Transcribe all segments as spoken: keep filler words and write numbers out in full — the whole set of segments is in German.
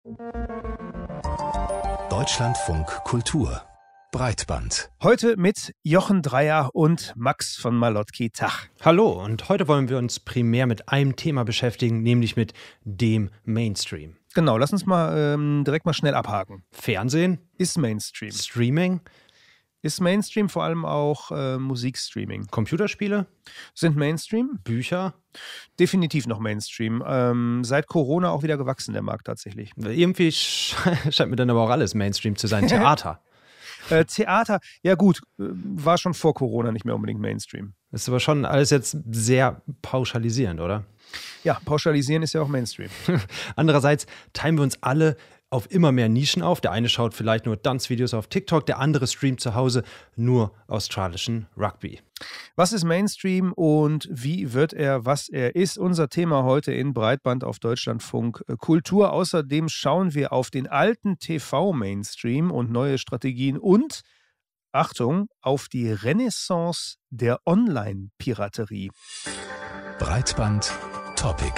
Deutschlandfunk Kultur Breitband. Heute mit Jochen Dreier und Max von Malotki. Tag. Hallo, und heute wollen wir uns primär mit einem Thema beschäftigen, nämlich mit dem Mainstream. Genau, lass uns mal ähm, direkt mal schnell abhaken. Fernsehen? Ist Mainstream. Streaming? Ist Mainstream vor allem auch äh, Musikstreaming. Computerspiele? Sind Mainstream? Bücher? Definitiv noch Mainstream. Ähm, seit Corona auch wieder gewachsen, der Markt tatsächlich. Irgendwie sch- scheint mir dann aber auch alles Mainstream zu sein. Theater? Äh, Theater, ja gut, äh, war schon vor Corona nicht mehr unbedingt Mainstream. Das ist aber schon alles jetzt sehr pauschalisierend, oder? Ja, pauschalisieren ist ja auch Mainstream. Andererseits teilen wir uns alle auf immer mehr Nischen auf. Der eine schaut vielleicht nur Tanzvideos auf TikTok, der andere streamt zu Hause nur australischen Rugby. Was ist Mainstream und wie wird er, was er ist? Unser Thema heute in Breitband auf Deutschlandfunk Kultur. Außerdem schauen wir auf den alten T V-Mainstream und neue Strategien und, Achtung, auf die Renaissance der Online-Piraterie. Breitband Topic.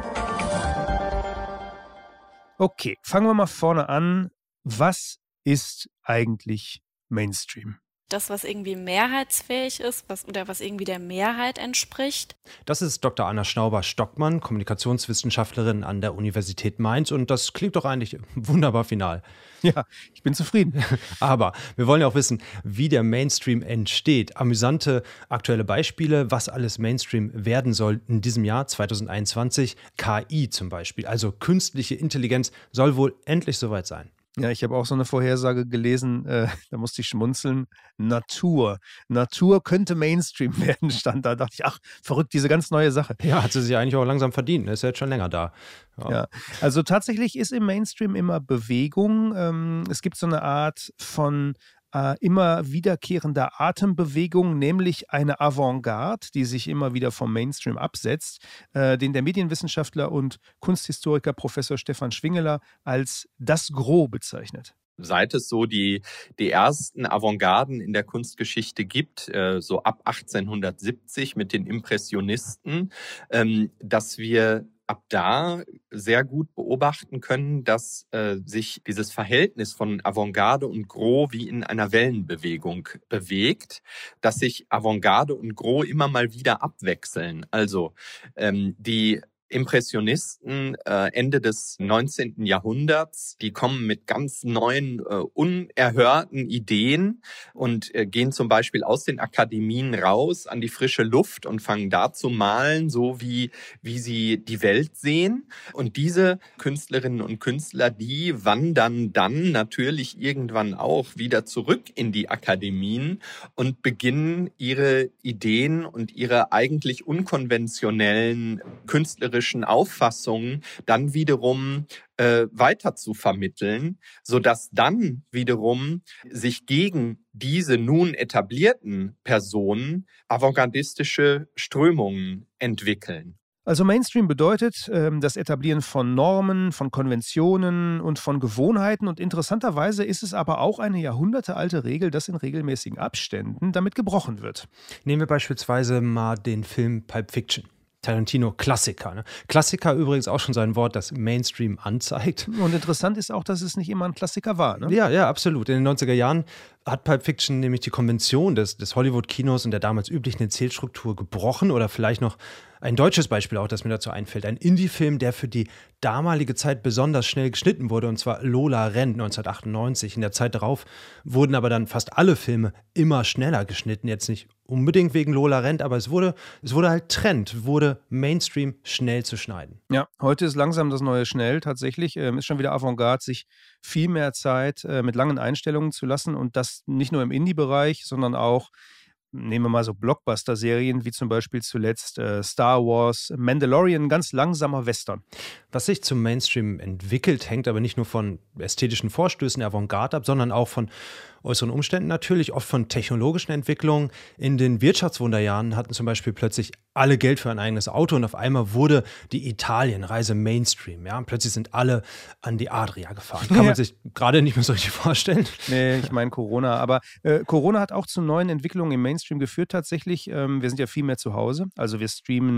Okay, fangen wir mal vorne an. Was ist eigentlich Mainstream? Das, was irgendwie mehrheitsfähig ist, was, oder was irgendwie der Mehrheit entspricht. Das ist Doktor Anna Schnauber-Stockmann, Kommunikationswissenschaftlerin an der Universität Mainz, und das klingt doch eigentlich wunderbar final. Ja, ich bin zufrieden. Aber wir wollen ja auch wissen, wie der Mainstream entsteht. Amüsante aktuelle Beispiele, was alles Mainstream werden soll in diesem Jahr zwanzig einundzwanzig. K I zum Beispiel, also künstliche Intelligenz, soll wohl endlich soweit sein. Ja, ich habe auch so eine Vorhersage gelesen, äh, da musste ich schmunzeln. Natur. Natur könnte Mainstream werden, stand da. Da dachte ich, ach, verrückt, diese ganz neue Sache. Ja, hat sie sich eigentlich auch langsam verdient. Ist ja jetzt schon länger da. Ja. Ja, also tatsächlich ist im Mainstream immer Bewegung. Ähm, es gibt so eine Art von äh, immer wiederkehrender Atembewegung, nämlich eine Avantgarde, die sich immer wieder vom Mainstream absetzt, äh, den der Medienwissenschaftler und Kunsthistoriker Professor Stefan Schwingeler als das Gros bezeichnet. Seit es so die, die ersten Avantgarden in der Kunstgeschichte gibt, äh, so ab achtzehnhundertsiebzig mit den Impressionisten, ähm, dass wir ab da sehr gut beobachten können, dass äh, sich dieses Verhältnis von Avantgarde und Gros wie in einer Wellenbewegung bewegt, dass sich Avantgarde und Gros immer mal wieder abwechseln. Also ähm, die Impressionisten äh, Ende des neunzehnten Jahrhunderts, die kommen mit ganz neuen, äh, unerhörten Ideen und äh, gehen zum Beispiel aus den Akademien raus an die frische Luft und fangen da zu malen, so wie, wie sie die Welt sehen. Und diese Künstlerinnen und Künstler, die wandern dann natürlich irgendwann auch wieder zurück in die Akademien und beginnen ihre Ideen und ihre eigentlich unkonventionellen künstlerischen Auffassungen dann wiederum äh, weiter zu vermitteln, sodass dann wiederum sich gegen diese nun etablierten Personen avantgardistische Strömungen entwickeln. Also Mainstream bedeutet ähm, das Etablieren von Normen, von Konventionen und von Gewohnheiten. Und interessanterweise ist es aber auch eine jahrhundertealte Regel, dass in regelmäßigen Abständen damit gebrochen wird. Nehmen wir beispielsweise mal den Film Pulp Fiction. Tarantino-Klassiker. Ne? Klassiker übrigens auch schon so ein Wort, das Mainstream anzeigt. Und interessant ist auch, dass es nicht immer ein Klassiker war. Ne? Ja, ja, absolut. In den neunziger Jahren hat Pulp Fiction nämlich die Konvention des, des Hollywood-Kinos und der damals üblichen Erzählstruktur gebrochen. Oder vielleicht noch ein deutsches Beispiel auch, das mir dazu einfällt. Ein Indie-Film, der für die damalige Zeit besonders schnell geschnitten wurde, und zwar Lola rennt neunzehnhundertachtundneunzig. In der Zeit darauf wurden aber dann fast alle Filme immer schneller geschnitten. Jetzt nicht unbedingt wegen Lola rennt, aber es wurde, es wurde halt Trend, wurde Mainstream schnell zu schneiden. Ja, heute ist langsam das neue Schnell tatsächlich. Ähm, ist schon wieder Avantgarde, sich viel mehr Zeit äh, mit langen Einstellungen zu lassen, und das nicht nur im Indie-Bereich, sondern auch, nehmen wir mal so Blockbuster-Serien wie zum Beispiel zuletzt äh, Star Wars, Mandalorian, ganz langsamer Western. Was sich zum Mainstream entwickelt, hängt aber nicht nur von ästhetischen Vorstößen der Avantgarde ab, sondern auch von äußeren Umständen natürlich, oft von technologischen Entwicklungen. In den Wirtschaftswunderjahren hatten zum Beispiel plötzlich alle Geld für ein eigenes Auto, und auf einmal wurde die Italienreise Mainstream. Ja? Und plötzlich sind alle an die Adria gefahren. Kann man Ja. sich gerade nicht mehr so richtig vorstellen. Nee, ich meine Corona. Aber äh, Corona hat auch zu neuen Entwicklungen im Mainstream geführt tatsächlich. Ähm, wir sind ja viel mehr zu Hause. Also wir streamen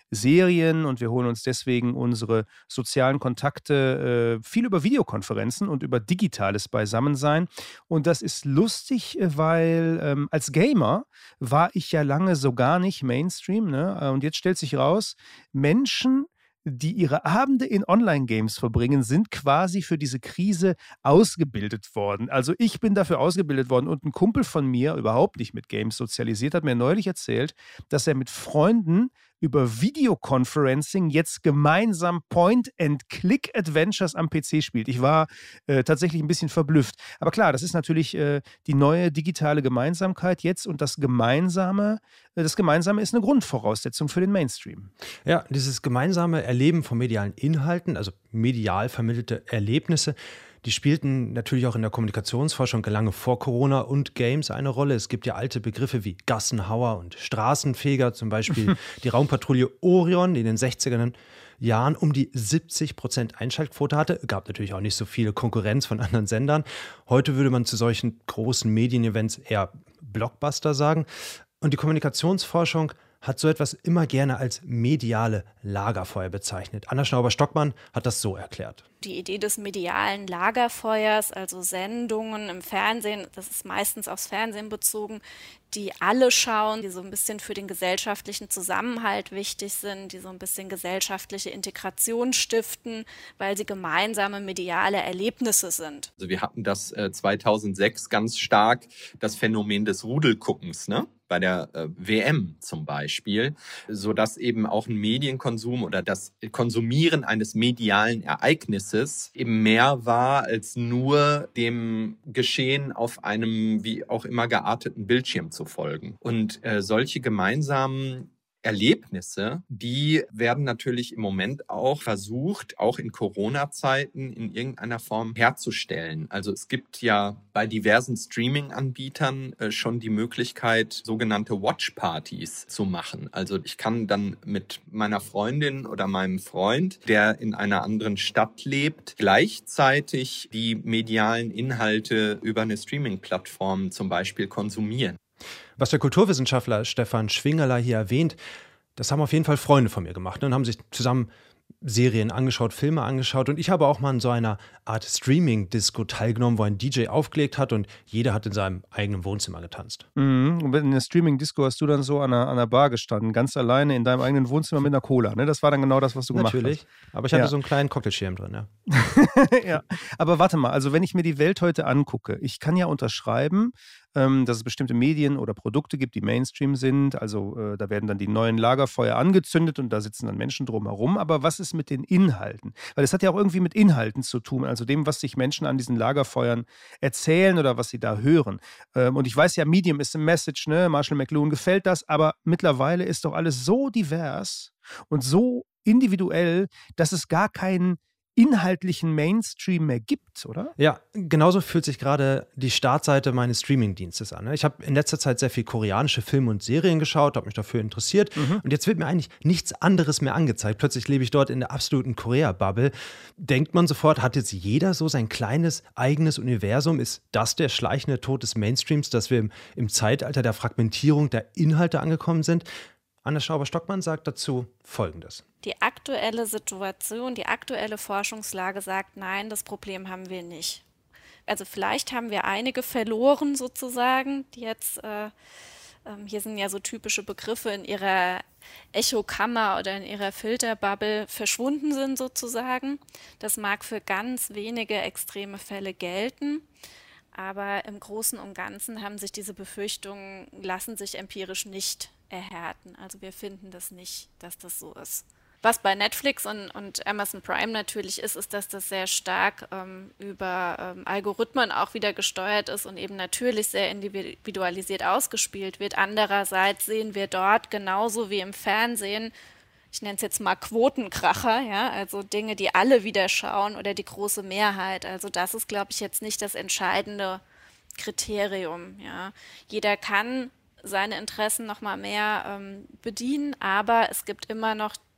Serien und wir holen uns deswegen unsere sozialen Kontakte äh, viel über Videokonferenzen und über digitales Beisammensein. Und das ist lustig, weil ähm, als Gamer war ich ja lange so gar nicht Mainstream. Ne? Und jetzt stellt sich raus, Menschen, die ihre Abende in Online-Games verbringen, sind quasi für diese Krise ausgebildet worden. Also ich bin dafür ausgebildet worden und ein Kumpel von mir, überhaupt nicht mit Games sozialisiert, hat mir neulich erzählt, dass er mit Freunden über Videoconferencing jetzt gemeinsam Point-and-Click-Adventures am P C spielt. Ich war äh, tatsächlich ein bisschen verblüfft. Aber klar, das ist natürlich äh, die neue digitale Gemeinsamkeit jetzt und das Gemeinsame, äh, das Gemeinsame ist eine Grundvoraussetzung für den Mainstream. Ja, dieses gemeinsame Erleben von medialen Inhalten, also medial vermittelte Erlebnisse, die spielten natürlich auch in der Kommunikationsforschung lange vor Corona und Games eine Rolle. Es gibt ja alte Begriffe wie Gassenhauer und Straßenfeger, zum Beispiel die Raumpatrouille Orion, die in den sechziger Jahren um die siebzig Prozent Einschaltquote hatte. Gab natürlich auch nicht so viele Konkurrenz von anderen Sendern. Heute würde man zu solchen großen Medienevents eher Blockbuster sagen. Und die Kommunikationsforschung hat so etwas immer gerne als mediale Lagerfeuer bezeichnet. Anna Schnauber-Stockmann hat das so erklärt. Die Idee des medialen Lagerfeuers, also Sendungen im Fernsehen, das ist meistens aufs Fernsehen bezogen, die alle schauen, die so ein bisschen für den gesellschaftlichen Zusammenhalt wichtig sind, die so ein bisschen gesellschaftliche Integration stiften, weil sie gemeinsame mediale Erlebnisse sind. Also wir hatten das äh, zweitausendsechs ganz stark, das Phänomen des Rudelguckens, ne? Bei der äh, W M zum Beispiel, sodass eben auch ein Medienkonsum oder das Konsumieren eines medialen Ereignisses eben mehr war als nur dem Geschehen auf einem wie auch immer gearteten Bildschirm zu folgen. Und äh, solche gemeinsamen Erlebnisse, die werden natürlich im Moment auch versucht, auch in Corona-Zeiten in irgendeiner Form herzustellen. Also es gibt ja bei diversen Streaming-Anbietern äh, schon die Möglichkeit, sogenannte Watch-Partys zu machen. Also ich kann dann mit meiner Freundin oder meinem Freund, der in einer anderen Stadt lebt, gleichzeitig die medialen Inhalte über eine Streaming-Plattform zum Beispiel konsumieren. Was der Kulturwissenschaftler Stefan Schwingerler hier erwähnt, das haben auf jeden Fall Freunde von mir gemacht, ne, und haben sich zusammen Serien angeschaut, Filme angeschaut. Und ich habe auch mal in so einer Art Streaming-Disco teilgenommen, wo ein D J aufgelegt hat und jeder hat in seinem eigenen Wohnzimmer getanzt. Mhm. Und in der Streaming-Disco hast du dann so an einer, an einer Bar gestanden, ganz alleine in deinem eigenen Wohnzimmer mit einer Cola. Ne? Das war dann genau das, was du gemacht hast. Natürlich, aber ich hatte Ja. so einen kleinen Cocktailschirm drin. Ja. Ja, aber warte mal, also wenn ich mir die Welt heute angucke, ich kann ja unterschreiben, ähm, dass es bestimmte Medien oder Produkte gibt, die Mainstream sind. Also äh, da werden dann die neuen Lagerfeuer angezündet und da sitzen dann Menschen drumherum. Aber was ist mit den Inhalten? Weil es hat ja auch irgendwie mit Inhalten zu tun, also dem, was sich Menschen an diesen Lagerfeuern erzählen oder was sie da hören. Ähm, und ich weiß ja, Medium ist a Message, ne? Marshall McLuhan gefällt das, aber mittlerweile ist doch alles so divers und so individuell, dass es gar keinen inhaltlichen Mainstream mehr gibt, oder? Ja, genauso fühlt sich gerade die Startseite meines Streamingdienstes an. Ich habe in letzter Zeit sehr viel koreanische Filme und Serien geschaut, habe mich dafür interessiert Mhm. und jetzt wird mir eigentlich nichts anderes mehr angezeigt. Plötzlich lebe ich dort in der absoluten Korea-Bubble. Denkt man sofort, hat jetzt jeder so sein kleines eigenes Universum? Ist das der schleichende Tod des Mainstreams, dass wir im, im Zeitalter der Fragmentierung der Inhalte angekommen sind? Anna Schnauber-Stockmann sagt dazu Folgendes. Die aktuelle Situation, die aktuelle Forschungslage sagt, nein, das Problem haben wir nicht. Also vielleicht haben wir einige verloren sozusagen, die jetzt, äh, ähm, hier sind ja so typische Begriffe, in ihrer Echokammer oder in ihrer Filterbubble verschwunden sind sozusagen. Das mag für ganz wenige extreme Fälle gelten. Aber im Großen und Ganzen haben sich diese Befürchtungen, lassen sich empirisch nicht erhärten. Also wir finden das nicht, dass das so ist. Was bei Netflix und, und Amazon Prime natürlich ist, ist, dass das sehr stark ähm, über ähm, Algorithmen auch wieder gesteuert ist und eben natürlich sehr individualisiert ausgespielt wird. Andererseits sehen wir dort genauso wie im Fernsehen, ich nenne es jetzt mal Quotenkracher, ja, also Dinge, die alle wieder schauen oder die große Mehrheit. Also das ist, glaube ich, jetzt nicht das entscheidende Kriterium. Ja. Jeder kann seine Interessen noch mal mehr ähm, bedienen, aber es gibt immer noch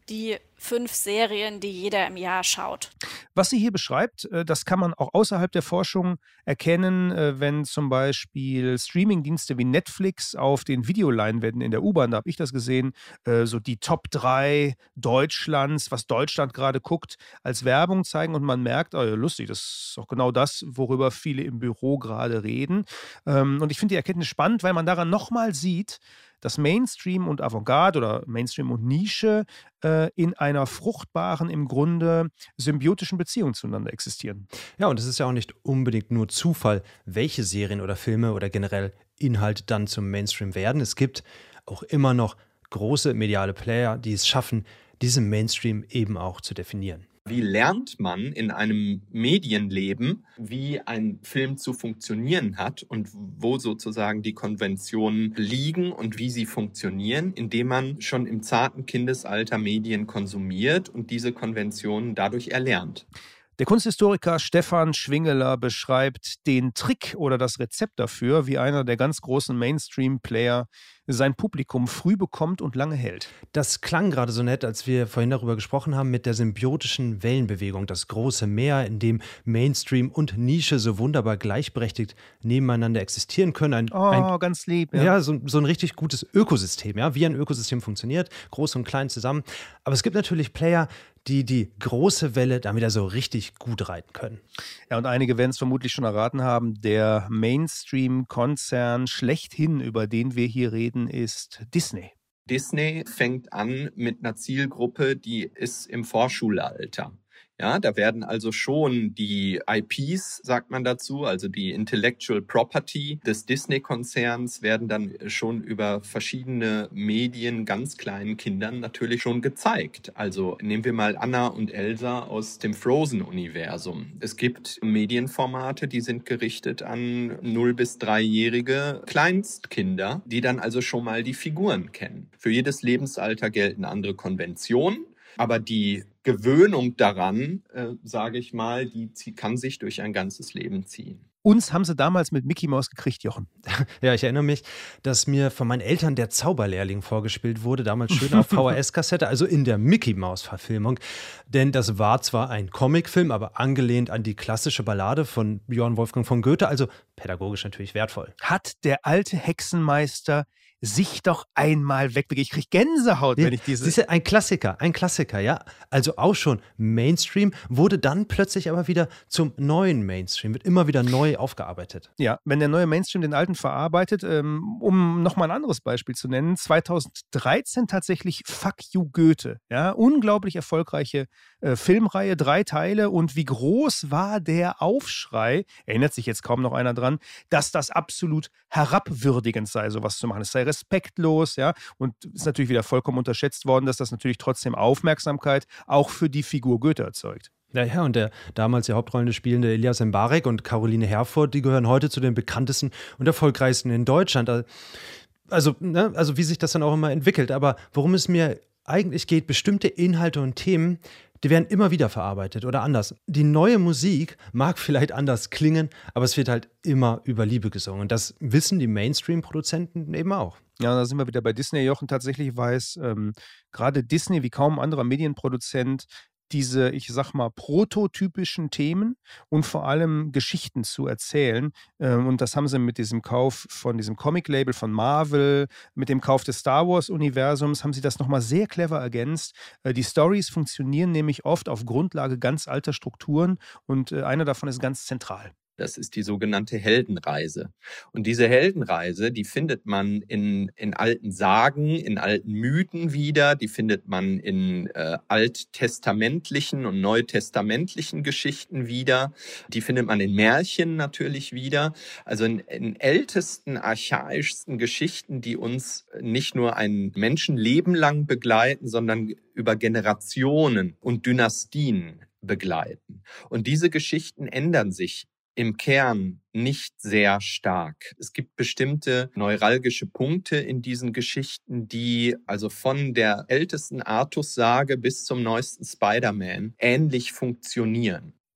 die fünf Serien, die jeder im Jahr schaut. Was sie hier beschreibt, das kann man auch außerhalb der Forschung erkennen, wenn zum Beispiel Streamingdienste wie Netflix auf den Videoleinwänden in der U-Bahn, da habe ich das gesehen, so die Top drei Deutschlands, was Deutschland gerade guckt, als Werbung zeigen und man merkt, oh ja, lustig, das ist auch genau das, worüber viele im Büro gerade reden. Und ich finde die Erkenntnis spannend, weil man daran nochmal sieht, dass Mainstream und Avantgarde oder Mainstream und Nische äh, in einer fruchtbaren, im Grunde symbiotischen Beziehung zueinander existieren. Ja, und es ist ja auch nicht unbedingt nur Zufall, welche Serien oder Filme oder generell Inhalte dann zum Mainstream werden. Es gibt auch immer noch große mediale Player, die es schaffen, diesen Mainstream eben auch zu definieren. Wie lernt man in einem Medienleben, wie ein Film zu funktionieren hat und wo sozusagen die Konventionen liegen und wie sie funktionieren, indem man schon im zarten Kindesalter Medien konsumiert und diese Konventionen dadurch erlernt. Der Kunsthistoriker Stefan Schwingeler beschreibt den Trick oder das Rezept dafür, wie einer der ganz großen Mainstream-Player sein Publikum früh bekommt und lange hält. Das klang gerade so nett, als wir vorhin darüber gesprochen haben, mit der symbiotischen Wellenbewegung, das große Meer, in dem Mainstream und Nische so wunderbar gleichberechtigt nebeneinander existieren können. Ein, oh, ein, ganz lieb. Ja, ja so, so ein richtig gutes Ökosystem, ja, wie ein Ökosystem funktioniert, groß und klein zusammen. Aber es gibt natürlich Player, die die große Welle dann wieder so richtig gut reiten können. Ja, und einige werden es vermutlich schon erraten haben, der Mainstream-Konzern schlechthin, über den wir hier reden, ist Disney. Disney fängt an mit einer Zielgruppe, die ist im Vorschulalter. Ja, da werden also schon die I Ps, sagt man dazu, also die Intellectual Property des Disney-Konzerns, werden dann schon über verschiedene Medien ganz kleinen Kindern natürlich schon gezeigt. Also nehmen wir mal Anna und Elsa aus dem Frozen-Universum. Es gibt Medienformate, die sind gerichtet an null- bis dreijährige Kleinstkinder, die dann also schon mal die Figuren kennen. Für jedes Lebensalter gelten andere Konventionen. Aber die Gewöhnung daran, äh, sage ich mal, die, die kann sich durch ein ganzes Leben ziehen. Uns haben sie damals mit Mickey Mouse gekriegt, Jochen. Ja, ich erinnere mich, dass mir von meinen Eltern der Zauberlehrling vorgespielt wurde, damals schön auf V H S-Kassette, also in der Mickey-Maus-Verfilmung. Denn das war zwar ein Comicfilm, aber angelehnt an die klassische Ballade von Johann Wolfgang von Goethe, also pädagogisch natürlich wertvoll. Hat der alte Hexenmeister sich doch einmal wegbegeben. Ich kriege Gänsehaut, ja, wenn ich diese... Siehste, ein Klassiker, ein Klassiker, ja. Also auch schon Mainstream, wurde dann plötzlich aber wieder zum neuen Mainstream, wird immer wieder neu aufgearbeitet. Ja, wenn der neue Mainstream den alten verarbeitet, ähm, um nochmal ein anderes Beispiel zu nennen, zweitausenddreizehn tatsächlich Fuck You Goethe. Ja, unglaublich erfolgreiche äh, Filmreihe, drei Teile, und wie groß war der Aufschrei, erinnert sich jetzt kaum noch einer dran, dass das absolut herabwürdigend sei, sowas zu machen. Es sei respektlos, ja, und ist natürlich wieder vollkommen unterschätzt worden, dass das natürlich trotzdem Aufmerksamkeit auch für die Figur Goethe erzeugt. Ja, ja, und der damals die Hauptrollen spielende Elias Mbarek und Caroline Herfurth, die gehören heute zu den bekanntesten und erfolgreichsten in Deutschland. Also, ne, also wie sich das dann auch immer entwickelt. Aber worum es mir eigentlich geht, bestimmte Inhalte und Themen, die werden immer wieder verarbeitet oder anders. Die neue Musik mag vielleicht anders klingen, aber es wird halt immer über Liebe gesungen. Und das wissen die Mainstream-Produzenten eben auch. Ja, da sind wir wieder bei Disney. Jochen tatsächlich weiß, ähm, gerade Disney wie kaum ein anderer Medienproduzent, diese, ich sag mal, prototypischen Themen und vor allem Geschichten zu erzählen. Und das haben sie mit diesem Kauf von diesem Comic-Label von Marvel, mit dem Kauf des Star Wars-Universums, haben sie das nochmal sehr clever ergänzt. Die Stories funktionieren nämlich oft auf Grundlage ganz alter Strukturen und einer davon ist ganz zentral. Das ist die sogenannte Heldenreise. Und diese Heldenreise, die findet man in, in alten Sagen, in alten Mythen wieder, die findet man in äh, alttestamentlichen und neutestamentlichen Geschichten wieder, die findet man in Märchen natürlich wieder. Also in, in ältesten, archaischsten Geschichten, die uns nicht nur ein Menschenleben lang begleiten, sondern über Generationen und Dynastien begleiten. Und diese Geschichten ändern sich im Kern nicht sehr stark. Es gibt bestimmte neuralgische Punkte in diesen Geschichten, die also von der ältesten Artus-Sage bis zum neuesten Spider-Man ähnlich funktionieren.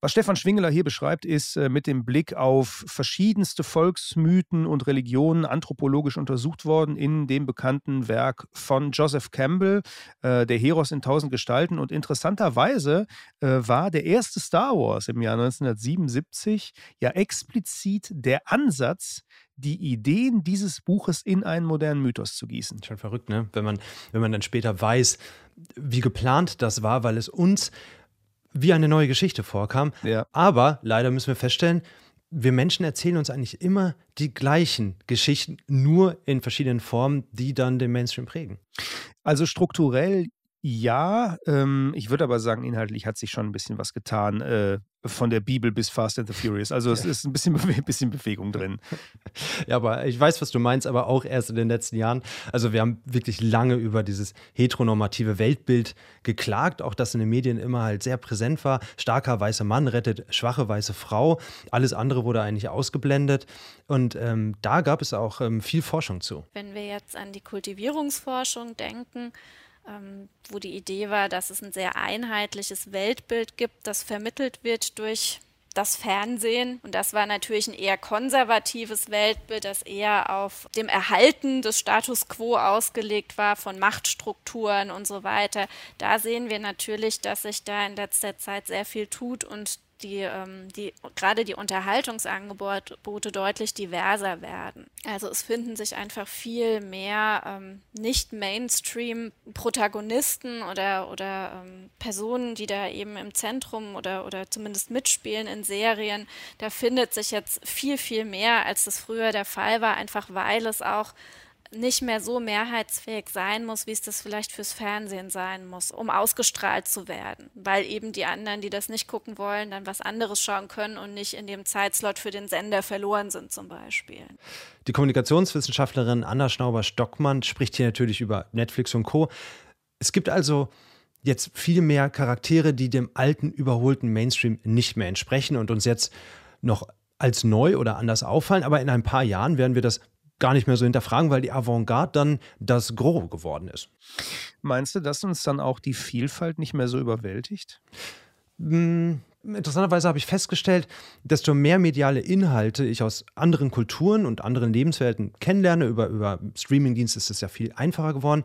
Was Stefan Schwingler hier beschreibt, ist äh, mit dem Blick auf verschiedenste Volksmythen und Religionen anthropologisch untersucht worden in dem bekannten Werk von Joseph Campbell, äh, der Heros in tausend Gestalten. Und interessanterweise äh, war der erste Star Wars im Jahr neunzehnhundertsiebenundsiebzig ja explizit der Ansatz, die Ideen dieses Buches in einen modernen Mythos zu gießen. Schon verrückt, ne? Wenn man, wenn man dann später weiß, wie geplant das war, weil es uns wie eine neue Geschichte vorkam. Ja. Aber leider müssen wir feststellen, wir Menschen erzählen uns eigentlich immer die gleichen Geschichten, nur in verschiedenen Formen, die dann den Mainstream prägen. Also strukturell ja, ähm, ich würde aber sagen, inhaltlich hat sich schon ein bisschen was getan, äh, von der Bibel bis Fast and the Furious. Also es ist ein bisschen, Bewe- bisschen Bewegung drin. Ja, aber ich weiß, was du meinst, aber auch erst in den letzten Jahren. Also wir haben wirklich lange über dieses heteronormative Weltbild geklagt, auch das in den Medien immer halt sehr präsent war. Starker weißer Mann rettet schwache weiße Frau. Alles andere wurde eigentlich ausgeblendet. Und ähm, da gab es auch ähm, viel Forschung zu. Wenn wir jetzt an die Kultivierungsforschung denken, ähm, wo die Idee war, dass es ein sehr einheitliches Weltbild gibt, das vermittelt wird durch das Fernsehen. Und das war natürlich ein eher konservatives Weltbild, das eher auf dem Erhalten des Status quo ausgelegt war, von Machtstrukturen und so weiter. Da sehen wir natürlich, dass sich da in letzter Zeit sehr viel tut und die, ähm, die, gerade die Unterhaltungsangebote deutlich diverser werden. Also es finden sich einfach viel mehr ähm, Nicht-Mainstream-Protagonisten oder, oder ähm, Personen, die da eben im Zentrum oder, oder zumindest mitspielen in Serien. Da findet sich jetzt viel, viel mehr, als das früher der Fall war, einfach weil es auch nicht mehr so mehrheitsfähig sein muss, wie es das vielleicht fürs Fernsehen sein muss, um ausgestrahlt zu werden. Weil eben die anderen, die das nicht gucken wollen, dann was anderes schauen können und nicht in dem Zeitslot für den Sender verloren sind zum Beispiel. Die Kommunikationswissenschaftlerin Anna Schnauber-Stockmann spricht hier natürlich über Netflix und Co. Es gibt also jetzt viel mehr Charaktere, die dem alten, überholten Mainstream nicht mehr entsprechen und uns jetzt noch als neu oder anders auffallen. Aber in ein paar Jahren werden wir das gar nicht mehr so hinterfragen, weil die Avantgarde dann das Gros geworden ist. Meinst du, dass uns dann auch die Vielfalt nicht mehr so überwältigt? Hm, interessanterweise habe ich festgestellt, desto mehr mediale Inhalte ich aus anderen Kulturen und anderen Lebenswelten kennenlerne, über, über Streamingdienste ist es ja viel einfacher geworden,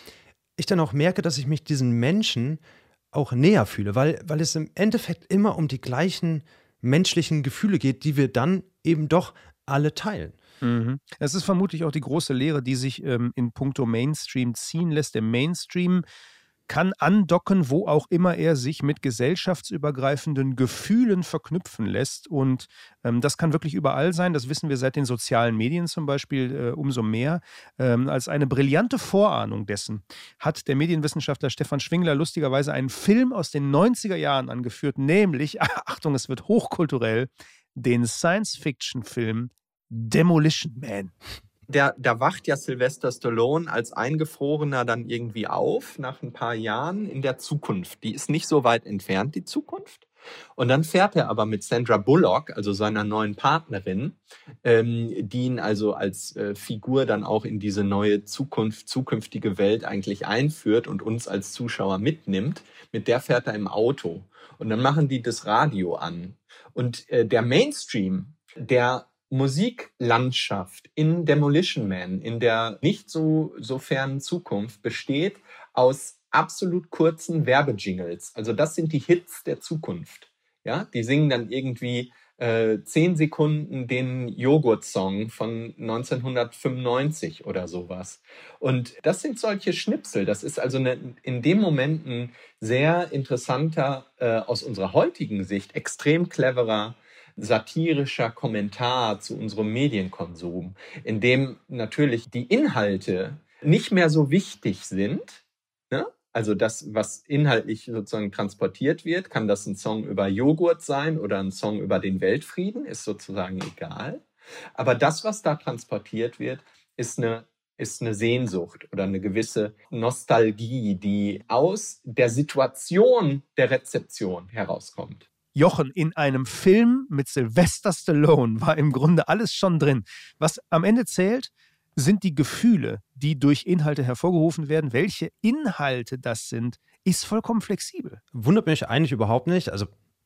ich dann auch merke, dass ich mich diesen Menschen auch näher fühle, weil, weil es im Endeffekt immer um die gleichen menschlichen Gefühle geht, die wir dann eben doch alle teilen. Mhm. Das ist vermutlich auch die große Lehre, die sich ähm, in puncto Mainstream ziehen lässt. Der Mainstream kann andocken, wo auch immer er sich mit gesellschaftsübergreifenden Gefühlen verknüpfen lässt. Und ähm, das kann wirklich überall sein. Das wissen wir seit den sozialen Medien zum Beispiel äh, umso mehr. Ähm, als eine brillante Vorahnung dessen hat der Medienwissenschaftler Stefan Schwingler lustigerweise einen Film aus den neunziger Jahren angeführt, nämlich, Achtung, es wird hochkulturell, den Science-Fiction-Film Demolition Man. Da, da wacht ja Sylvester Stallone als Eingefrorener dann irgendwie auf, nach ein paar Jahren in der Zukunft. Die ist nicht so weit entfernt, die Zukunft. Und dann fährt er aber mit Sandra Bullock, also seiner neuen Partnerin, ähm, die ihn also als äh, Figur dann auch in diese neue Zukunft, zukünftige Welt eigentlich einführt und uns als Zuschauer mitnimmt. Mit der fährt er im Auto. Und dann machen die das Radio an. Und äh, der Mainstream, der Musiklandschaft in Demolition Man, in der nicht so, so fernen Zukunft, besteht aus absolut kurzen Werbejingles. Also das sind die Hits der Zukunft. Ja, die singen dann irgendwie äh, zehn Sekunden den Joghurt-Song von neunzehnhundertfünfundneunzig oder sowas. Und das sind solche Schnipsel. Das ist also eine, in dem Moment ein sehr interessanter, äh, aus unserer heutigen Sicht, extrem cleverer satirischer Kommentar zu unserem Medienkonsum, in dem natürlich die Inhalte nicht mehr so wichtig sind. Ne? Also das, was inhaltlich sozusagen transportiert wird, kann das ein Song über Joghurt sein oder ein Song über den Weltfrieden, ist sozusagen egal. Aber das, was da transportiert wird, ist eine, ist eine Sehnsucht oder eine gewisse Nostalgie, die aus der Situation der Rezeption herauskommt. Jochen, in einem Film mit Sylvester Stallone war im Grunde alles schon drin. Was am Ende zählt, sind die Gefühle, die durch Inhalte hervorgerufen werden. Welche Inhalte das sind, ist vollkommen flexibel. Wundert mich eigentlich überhaupt nicht. Also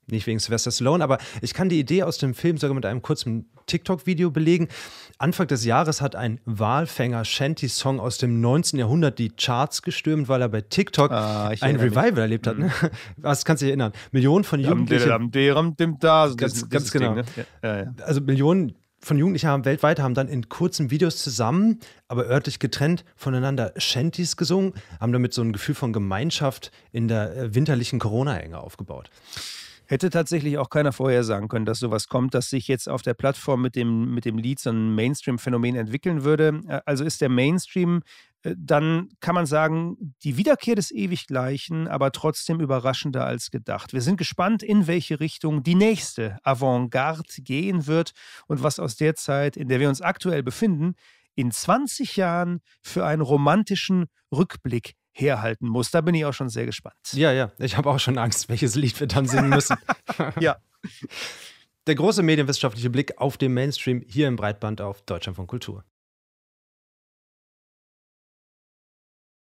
Nicht wegen Sylvester Stallone, aber ich kann die Idee aus dem Film sogar mit einem kurzen TikTok-Video belegen. Anfang des Jahres hat ein Walfänger-Shanty-Song aus dem neunzehnten Jahrhundert die Charts gestürmt, weil er bei TikTok ah, ein Revival mich. erlebt hat. Ne? Was kannst du dich erinnern? Millionen von Jugendlichen. Ganz, ganz genau. Ding, ne? ja, ja. Also Millionen von Jugendlichen haben weltweit haben dann in kurzen Videos zusammen, aber örtlich getrennt voneinander Shanties gesungen, haben damit so ein Gefühl von Gemeinschaft in der winterlichen Corona-Enge aufgebaut. Hätte tatsächlich auch keiner vorhersagen können, dass sowas kommt, dass sich jetzt auf der Plattform mit dem, mit dem Lied so ein Mainstream-Phänomen entwickeln würde. Also ist der Mainstream, dann kann man sagen, die Wiederkehr des Ewiggleichen, aber trotzdem überraschender als gedacht. Wir sind gespannt, in welche Richtung die nächste Avantgarde gehen wird und was aus der Zeit, in der wir uns aktuell befinden, in zwanzig Jahren für einen romantischen Rückblick herhalten muss. Da bin ich auch schon sehr gespannt. Ja, ja, ich habe auch schon Angst, welches Lied wir dann singen müssen. Ja. Der große medienwissenschaftliche Blick auf den Mainstream hier im Breitband auf Deutschlandfunk Kultur.